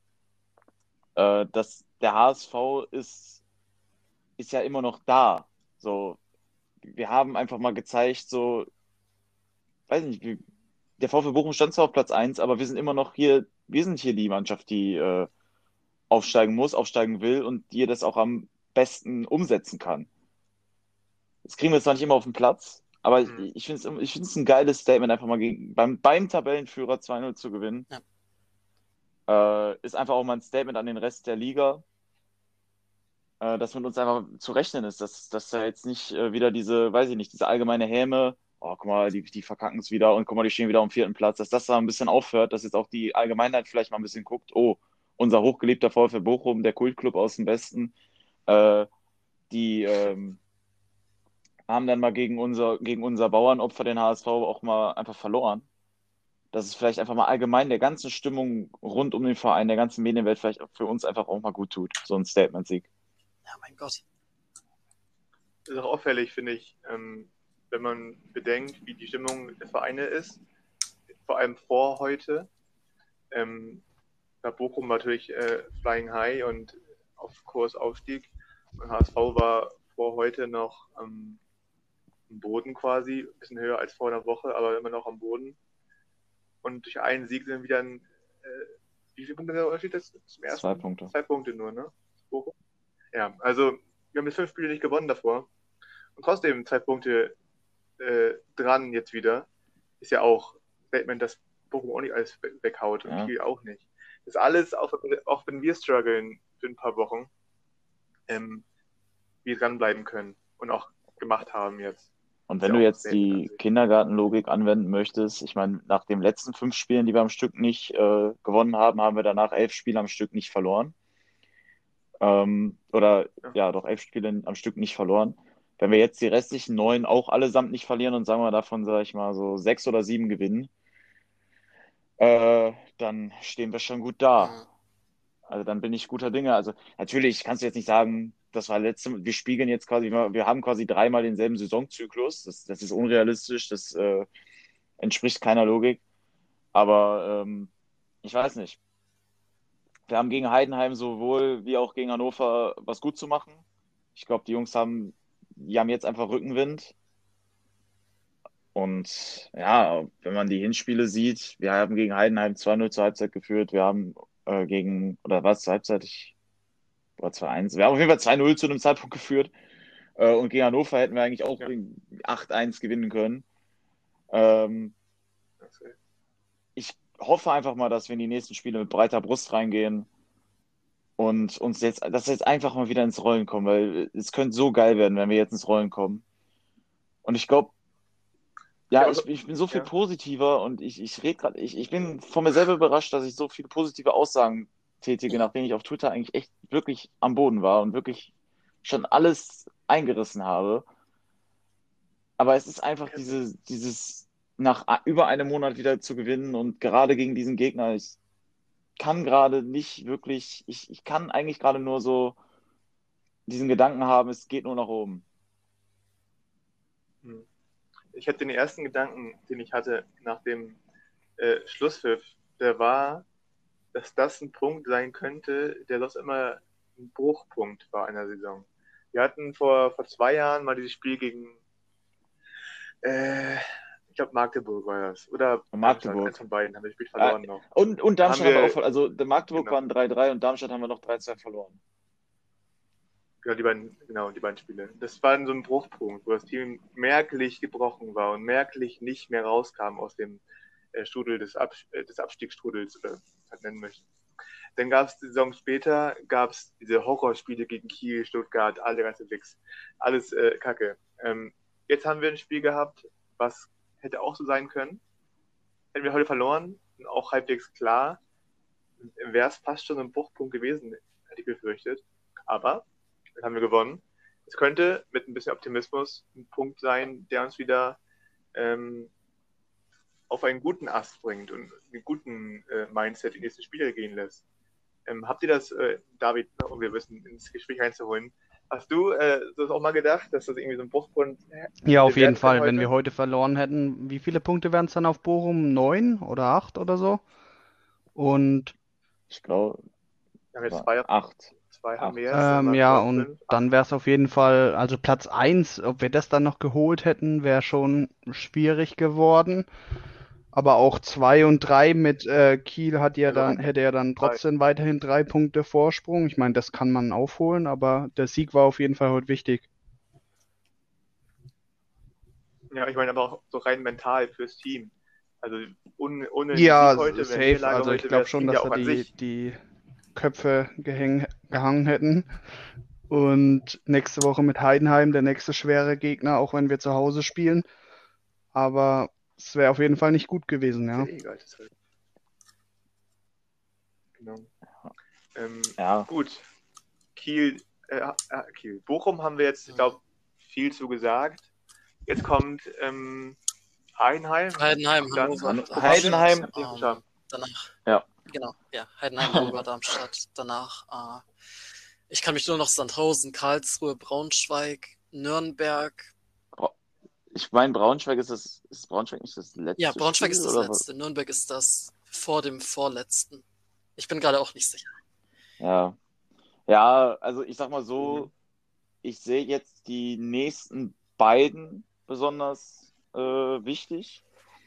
Der HSV ist ja immer noch da. So, wir haben einfach mal gezeigt, so, weiß nicht, der VfB Bochum stand zwar auf Platz 1, aber wir sind immer noch hier, wir sind hier die Mannschaft, die aufsteigen muss, aufsteigen will und die das auch am besten umsetzen kann. Das kriegen wir zwar nicht immer auf den Platz, aber ich finde es ein geiles Statement, einfach mal beim Tabellenführer 2:0 zu gewinnen. Ja. Ist einfach auch mal ein Statement an den Rest der Liga, dass mit uns einfach zu rechnen ist, dass da jetzt nicht wieder diese allgemeine Häme, oh, guck mal, die verkacken es wieder und guck mal, die stehen wieder am 4. Platz, dass das da ein bisschen aufhört, dass jetzt auch die Allgemeinheit vielleicht mal ein bisschen guckt, oh, unser hochgeliebter VfB Bochum, der Kultclub aus dem Westen, die haben dann mal gegen unser Bauernopfer, den HSV, auch mal einfach verloren. Dass es vielleicht einfach mal allgemein der ganzen Stimmung rund um den Verein, der ganzen Medienwelt vielleicht für uns einfach auch mal gut tut, so ein Statement-Sieg. Ja, mein Gott. Das ist auch auffällig, finde ich, wenn man bedenkt, wie die Stimmung der Vereine ist, vor allem vor heute. Bochum war natürlich flying high und auf Kurs Aufstieg. Und HSV war vor heute noch am Boden quasi, ein bisschen höher als vor einer Woche, aber immer noch am Boden. Und durch einen Sieg sind wieder wie viele Punkte der Unterschied ist zum ersten? 2 Punkte. 2 Punkte nur, ne? Bochum. Ja, also wir haben jetzt 5 Spiele nicht gewonnen davor. Und trotzdem 2 Punkte dran jetzt wieder. Ist ja auch ein Statement, dass Bochum auch nicht alles weghaut und Kiel auch nicht. Das ist alles, auch wenn wir strugglen für ein paar Wochen, wie dranbleiben können und auch gemacht haben jetzt. Und wenn du jetzt die Kindergartenlogik anwenden möchtest, ich meine, nach den letzten 5 Spielen, die wir am Stück nicht gewonnen haben, haben wir danach 11 Spiele am Stück nicht verloren. Doch 11 Spiele am Stück nicht verloren. Wenn wir jetzt die restlichen 9 auch allesamt nicht verlieren und sagen wir davon, sage ich mal, so 6 oder 7 gewinnen, dann stehen wir schon gut da. Also dann bin ich guter Dinge. Also natürlich kannst du jetzt nicht sagen, wir spiegeln jetzt quasi, wir haben quasi 3-mal denselben Saisonzyklus. Das ist unrealistisch, das entspricht keiner Logik. Aber ich weiß nicht. Wir haben gegen Heidenheim sowohl wie auch gegen Hannover was gut zu machen. Ich glaube, die Jungs haben jetzt einfach Rückenwind. Und ja, wenn man die Hinspiele sieht, wir haben gegen Heidenheim 2-0 zur Halbzeit geführt. Wir haben zur Halbzeit? Oder 2-1. Wir haben auf jeden Fall 2-0 zu einem Zeitpunkt geführt. Und gegen Hannover hätten wir eigentlich auch 8-1 gewinnen können. Ich hoffe einfach mal, dass wir in die nächsten Spiele mit breiter Brust reingehen und dass wir jetzt einfach mal wieder ins Rollen kommen, weil es könnte so geil werden, wenn wir jetzt ins Rollen kommen. Und ich glaube, ich bin so viel positiver und ich bin von mir selber überrascht, dass ich so viele positive Aussagen tätige, nachdem ich auf Twitter eigentlich echt wirklich am Boden war und wirklich schon alles eingerissen habe. Aber es ist einfach dieses nach über einem Monat wieder zu gewinnen und gerade gegen diesen Gegner, ich kann gerade nicht wirklich, ich kann eigentlich gerade nur so diesen Gedanken haben, es geht nur nach oben. Ich hatte den ersten Gedanken, den ich hatte nach dem Schlusspfiff, der war, dass das ein Punkt sein könnte, der doch immer ein Bruchpunkt war einer Saison. Wir hatten vor 2 Jahren mal dieses Spiel gegen ich glaube Magdeburg war das. Oder Magdeburg. Eins von beiden haben wir das Spiel verloren noch. Und Darmstadt haben wir auch verloren. Also der Magdeburg waren 3-3 und Darmstadt haben wir noch 3-2 verloren. Ja, die beiden Spiele. Das war so ein Bruchpunkt, wo das Team merklich gebrochen war und merklich nicht mehr rauskam aus dem Strudel des Abstiegsstrudels, oder wie man es nennen möchte. Dann gab es die Saison später, diese Horrorspiele gegen Kiel, Stuttgart, all der ganze Wix. Alles Kacke. Jetzt haben wir ein Spiel gehabt, was hätte auch so sein können. Hätten wir heute verloren, auch halbwegs klar, wäre es fast schon ein Bruchpunkt gewesen, hätte ich befürchtet. Aber das haben wir gewonnen. Es könnte mit ein bisschen Optimismus ein Punkt sein, der uns wieder auf einen guten Ast bringt und einen guten Mindset in die nächsten Spiele gehen lässt. Habt ihr das, David, um wir wissen, ins Gespräch reinzuholen, hast du das auch mal gedacht, dass das irgendwie so ein Bruchpunkt Ja, auf jeden Fall. Wenn wir heute verloren hätten, wie viele Punkte wären es dann auf Bochum? 9 oder 8 oder so? Und ich glaube, wir haben jetzt 8. 2 haben wir jetzt. und 5, dann wäre es auf jeden Fall, also Platz 1, ob wir das dann noch geholt hätten, wäre schon schwierig geworden. Aber auch 2 und 3 mit Kiel hätte er dann trotzdem weiterhin 3 Punkte Vorsprung. Ich meine, das kann man aufholen, aber der Sieg war auf jeden Fall heute wichtig. Ja, ich meine aber auch so rein mental fürs Team. Also ohne ja, Sieg heute, safe. Also ich glaube schon, dass da die Köpfe gehangen hätten. Und nächste Woche mit Heidenheim, der nächste schwere Gegner, auch wenn wir zu Hause spielen. Aber es wäre auf jeden Fall nicht gut gewesen, ja. Genau. Gut. Kiel. Bochum haben wir jetzt, ich glaube, viel zu gesagt. Jetzt kommt Heidenheim. Heidenheim. Danach. Ja. Genau, ja. Heidenheim, Hannover, Darmstadt. Danach. Ich kann mich nur noch Sandhausen, Karlsruhe, Braunschweig, Nürnberg. Ich meine, Braunschweig ist Braunschweig nicht das letzte? Ja, Braunschweig Spiel, ist das letzte. Nürnberg ist das vor dem vorletzten. Ich bin gerade auch nicht sicher. Ja. Ja, also ich sag mal so, ich sehe jetzt die nächsten beiden besonders wichtig.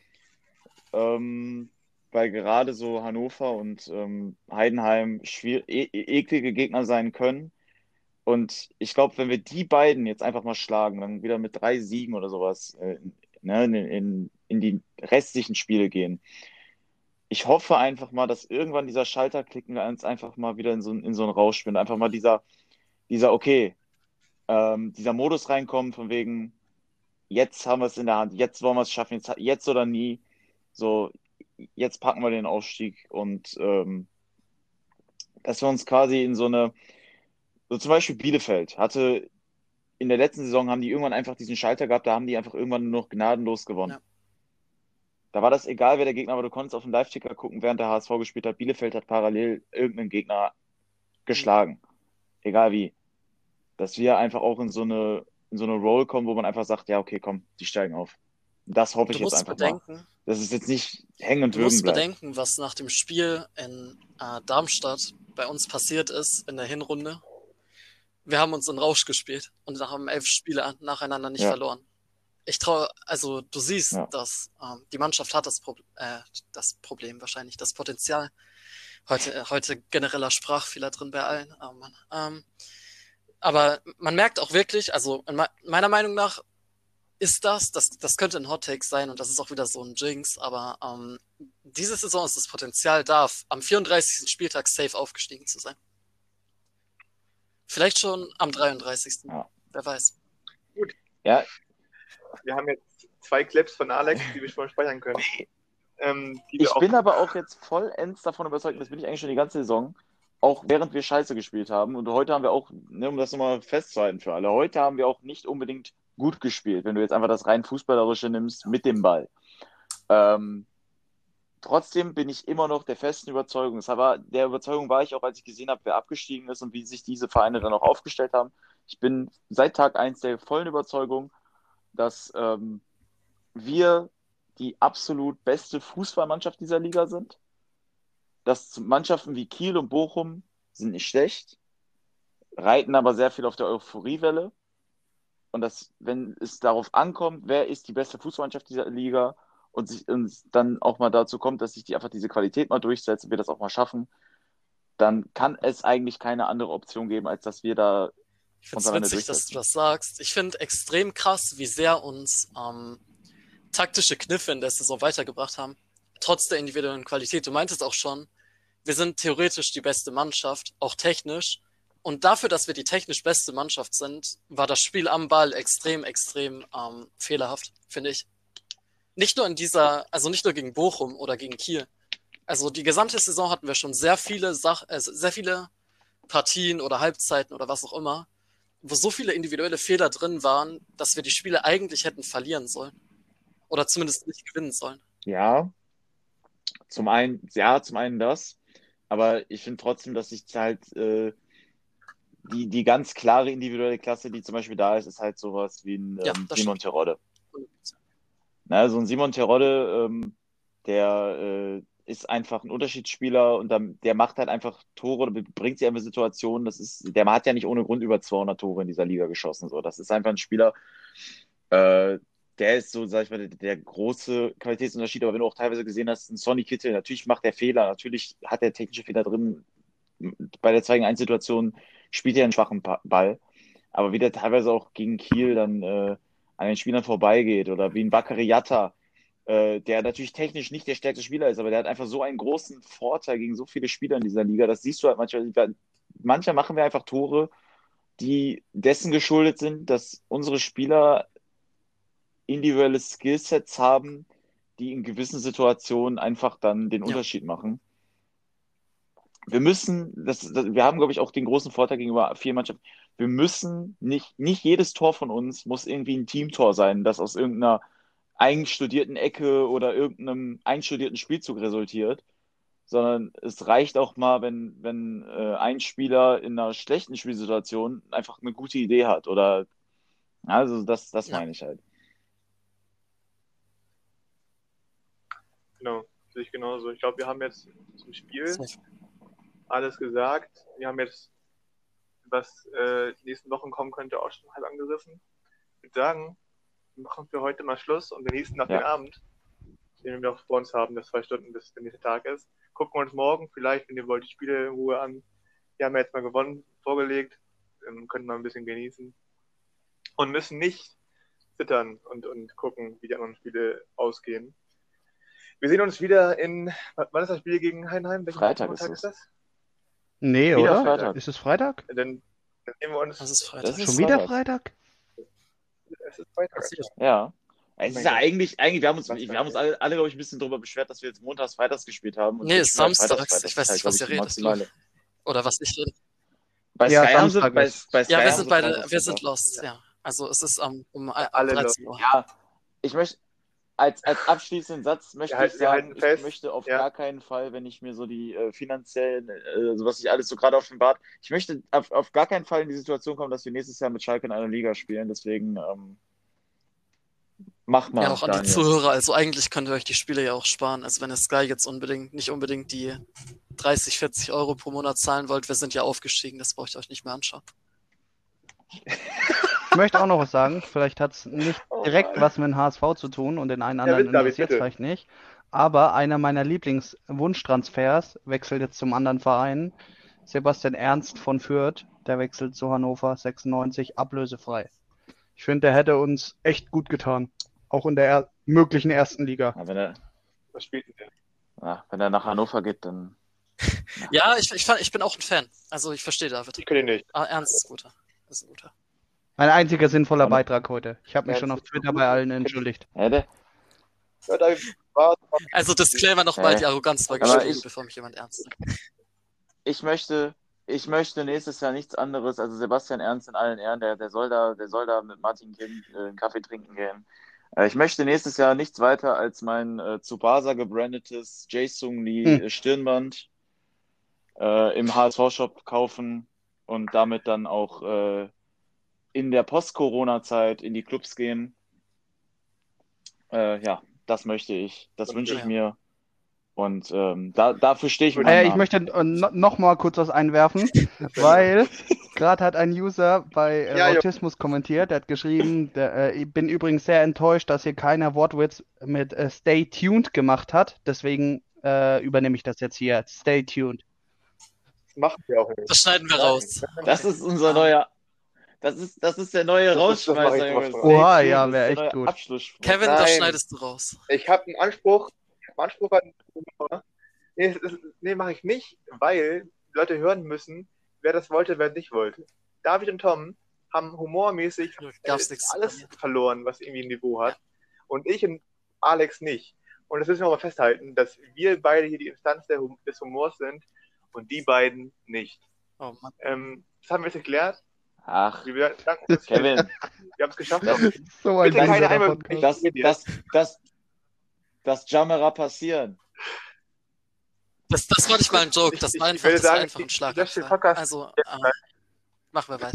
Weil gerade so Hannover und Heidenheim eklige Gegner sein können. Und ich glaube, wenn wir die beiden jetzt einfach mal schlagen, dann wieder mit 3 Siegen oder sowas in die restlichen Spiele gehen. Ich hoffe einfach mal, dass irgendwann dieser Schalter klicken wir uns einfach mal wieder in so einen Rausch spielen. Einfach mal dieser dieser Modus reinkommt, von wegen, jetzt haben wir es in der Hand, jetzt wollen wir es schaffen, jetzt oder nie. So, jetzt packen wir den Aufstieg und dass wir uns quasi in so zum Beispiel Bielefeld hatte in der letzten Saison, haben die irgendwann einfach diesen Schalter gehabt, da haben die einfach irgendwann nur noch gnadenlos gewonnen. Ja. Da war das egal, wer der Gegner war, du konntest auf den Live-Ticker gucken, während der HSV gespielt hat. Bielefeld hat parallel irgendeinen Gegner geschlagen. Egal wie. Dass wir einfach auch in so eine Roll kommen, wo man einfach sagt, ja, okay, komm, die steigen auf. Das hoffe ich jetzt einfach mal. Das ist jetzt nicht hängen und Du würgen musst bleibt. bedenken, was nach dem Spiel in Darmstadt bei uns passiert ist in der Hinrunde. Wir haben uns in Rausch gespielt und haben 11 Spiele nacheinander nicht verloren. Also du siehst, dass die Mannschaft hat das Problem wahrscheinlich, das Potenzial. Heute genereller Sprachfehler drin bei allen. Oh Mann. Aber man merkt auch wirklich, also meiner Meinung nach ist das könnte ein Hot Take sein und das ist auch wieder so ein Jinx, aber diese Saison ist das Potenzial da, am 34. Spieltag safe aufgestiegen zu sein. Vielleicht schon am 33. Ja. Wer weiß. Gut. Ja. Wir haben jetzt 2 Clips von Alex, die wir schon speichern können. Ich bin aber auch jetzt vollends davon überzeugt, das bin ich eigentlich schon die ganze Saison, auch während wir Scheiße gespielt haben. Und heute haben wir auch, um das nochmal festzuhalten für alle, heute haben wir auch nicht unbedingt gut gespielt, wenn du jetzt einfach das rein Fußballerische nimmst mit dem Ball. Trotzdem bin ich immer noch der festen Überzeugung. Der Überzeugung war ich auch, als ich gesehen habe, wer abgestiegen ist und wie sich diese Vereine dann auch aufgestellt haben. Ich bin seit Tag 1 der vollen Überzeugung, dass wir die absolut beste Fußballmannschaft dieser Liga sind. Dass Mannschaften wie Kiel und Bochum sind nicht schlecht, reiten aber sehr viel auf der Euphoriewelle. Und dass, wenn es darauf ankommt, wer ist die beste Fußballmannschaft dieser Liga und dann auch mal dazu kommt, dass sich einfach diese Qualität mal durchsetzt und wir das auch mal schaffen, dann kann es eigentlich keine andere Option geben, als dass wir da Ich finde es witzig, dass du das sagst. Ich finde extrem krass, wie sehr uns taktische Kniffe in der Saison weitergebracht haben, trotz der individuellen Qualität. Du meintest auch schon, wir sind theoretisch die beste Mannschaft, auch technisch. Und dafür, dass wir die technisch beste Mannschaft sind, war das Spiel am Ball extrem fehlerhaft, finde ich. Nicht nur nicht nur gegen Bochum oder gegen Kiel. Also die gesamte Saison hatten wir schon sehr viele Partien oder Halbzeiten oder was auch immer, wo so viele individuelle Fehler drin waren, dass wir die Spiele eigentlich hätten verlieren sollen. Oder zumindest nicht gewinnen sollen. Ja, zum einen das, aber ich finde trotzdem, dass sich halt die ganz klare individuelle Klasse, die zum Beispiel da ist halt sowas wie ein Simon Terodde. So ein Simon Terodde, der ist einfach ein Unterschiedsspieler und der macht halt einfach Tore oder bringt sie einfach Situationen. Der hat ja nicht ohne Grund über 200 Tore in dieser Liga geschossen. So. Das ist einfach ein Spieler, der ist so, sag ich mal, der große Qualitätsunterschied. Aber wenn du auch teilweise gesehen hast, ein Sonny Kittel, natürlich macht er Fehler, natürlich hat er technische Fehler drin. Bei der 2-gegen-1-Situation spielt er einen schwachen Ball. Aber wie der teilweise auch gegen Kiel dann an den Spielern vorbeigeht oder wie ein Bakary Yatta, der natürlich technisch nicht der stärkste Spieler ist, aber der hat einfach so einen großen Vorteil gegen so viele Spieler in dieser Liga. Das siehst du halt manchmal. Manchmal machen wir einfach Tore, die dessen geschuldet sind, dass unsere Spieler individuelle Skillsets haben, die in gewissen Situationen einfach dann den Unterschied machen. Wir haben, glaube ich, auch den großen Vorteil gegenüber vielen Mannschaften. Wir müssen nicht jedes Tor von uns muss irgendwie ein Teamtor sein, das aus irgendeiner einstudierten Ecke oder irgendeinem einstudierten Spielzug resultiert, sondern es reicht auch mal, wenn ein Spieler in einer schlechten Spielsituation einfach eine gute Idee hat oder also das meine ich halt. Genau, sehe ich genauso. Ich glaube, wir haben jetzt zum Spiel alles gesagt. Wir haben jetzt, was die nächsten Wochen kommen könnte, auch schon halb angerissen. Ich würde sagen, wir machen für heute mal Schluss und genießen nach den Abend, den wir noch vor uns haben, das 2 Stunden bis der nächste Tag ist. Gucken wir uns morgen vielleicht, wenn ihr wollt, die Spiele in Ruhe an. Wir haben ja jetzt mal gewonnen, vorgelegt, können mal ein bisschen genießen und müssen nicht zittern und gucken, wie die anderen Spiele ausgehen. Wir sehen uns wieder wann ist das Spiel gegen Heidenheim? Freitag ist das? Nee, Wieder oder? Freitag. Ist es Freitag? Dann Dann sehen wir uns. Das ist Das Freitag. ist Schon wieder Freitag. Freitag? Es ist Freitag. Passiert. Ja. Es ist ja eigentlich, wir haben uns Samstag. alle, glaube ich, ein bisschen darüber beschwert, dass wir jetzt montags, freitags gespielt haben. Und Nee, wir ist spielen halt samstags. freitags. Ich weiß nicht, Das was ist ihr halt, redet. glaub ich, die maximale. Oder was ich rede. Bei Ja, Sky haben sie, Samstag bei, ist- bei Sky Ja, wir haben sind sie beide, freitags wir sind gesagt. lost, ja. Also es ist um Alle 13 Uhr. Ja, ich möchte, als abschließenden Satz möchte Wir ich wir halten sagen, fest, ich möchte auf ja. gar keinen Fall, wenn ich mir so die finanziellen, so was ich alles so gerade auf dem Bart, ich möchte auf gar keinen Fall in die Situation kommen, dass wir nächstes Jahr mit Schalke in einer Liga spielen. Deswegen mach mal, Ja, auch an die Daniel. Zuhörer. Also eigentlich könnt ihr euch die Spiele ja auch sparen. Also wenn ihr Sky jetzt nicht unbedingt die 30, 40 Euro pro Monat zahlen wollt, wir sind ja aufgestiegen, das braucht ihr euch nicht mehr anschauen. Ich möchte auch noch was sagen. Vielleicht hat es nicht direkt was mit dem HSV zu tun und den einen Ja, anderen bitte, David, interessiert es bitte. vielleicht nicht. Aber einer meiner Lieblingswunschtransfers wechselt jetzt zum anderen Verein. Sebastian Ernst von Fürth, der wechselt zu Hannover 96 ablösefrei. Ich finde, der hätte uns echt gut getan. Auch in der möglichen ersten Liga. Ja, Was spielt denn der? wenn er nach Hannover geht, dann. Ja, ich bin auch ein Fan. Also ich verstehe David. Ich kenne ihn nicht. Ernst ist guter. Ist ein guter. Ein einziger sinnvoller Und- Beitrag heute. Ich habe mich schon auf Ernst ist Twitter gut. bei allen entschuldigt. Ja, Ja, da war Also Disclaimer nochmal, Hey. die Arroganz war Aber geschrieben, ich- bevor mich jemand ernst nimmt. ich möchte nächstes Jahr nichts anderes, also Sebastian Ernst in allen Ehren, der soll da mit Martin Kind einen Kaffee trinken gehen. Ich möchte nächstes Jahr nichts weiter als mein Tsubasa gebrandetes Jae-Sung Lee Stirnband im HSV-Shop kaufen und damit dann auch in der Post-Corona-Zeit in die Clubs gehen. Ja, das möchte ich, das wünsche ich Ja. mir. Und dafür stehe ich mit meinem Ich Namen. möchte noch mal kurz was einwerfen, weil gerade hat ein User bei Ja, jo. Autismus kommentiert, der hat geschrieben, ich bin übrigens sehr enttäuscht, dass hier keiner Wortwitz mit Stay Tuned gemacht hat, deswegen übernehme ich das jetzt hier. Stay Tuned. Das machen wir auch nicht. Das schneiden wir raus. Das ist unser neuer. Das ist der neue Das mach Rausschmeißer, ich Junge. sowas von. Oha, Stay tuned, ja, das wär ist echt der neue gut. Abschlussspruch. Kevin, das Nein. schneidest du raus. Ich habe einen Anspruch an. Nee, mache ich nicht, weil die Leute hören müssen, wer das wollte, wer nicht wollte. David und Tom haben humormäßig Gab's nichts zu alles verlieren. verloren, was irgendwie ein Niveau hat. Und ich und Alex nicht. Und das müssen wir mal festhalten, dass wir beide hier die Instanz des Humors sind und die beiden nicht. Oh Mann. Das haben wir jetzt geklärt. Ach, Wir danken uns. Kevin, Wir haben es geschafft. So ein Bitte keine mieserer Einwürfe. Podcast. das Jammerer passieren. Das war nicht mal ein Joke, das war Ich einfach, würde das war sagen, einfach ein ich lösche den Schlaganfall. Podcast Also, jetzt machen wir weiter.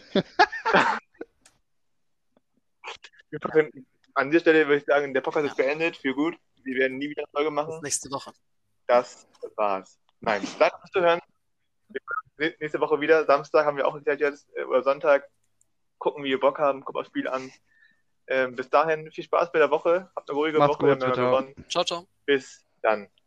An dieser Stelle würde ich sagen, der Podcast ist beendet, für gut. Wir werden nie wieder eine Folge Bis machen. nächste Woche. Das war's. Nein, danke fürs Zuhören. Wir hören uns nächste Woche wieder. Samstag haben wir auch geklärt jetzt, oder Sonntag. Gucken, wie wir Bock haben. Guckt aufs Spiel an. Bis dahin, viel Spaß bei der Woche. Habt eine ruhige Macht's Woche. gut, Wir haben ciao, ciao. gewonnen. Ciao, ciao. Bis dann.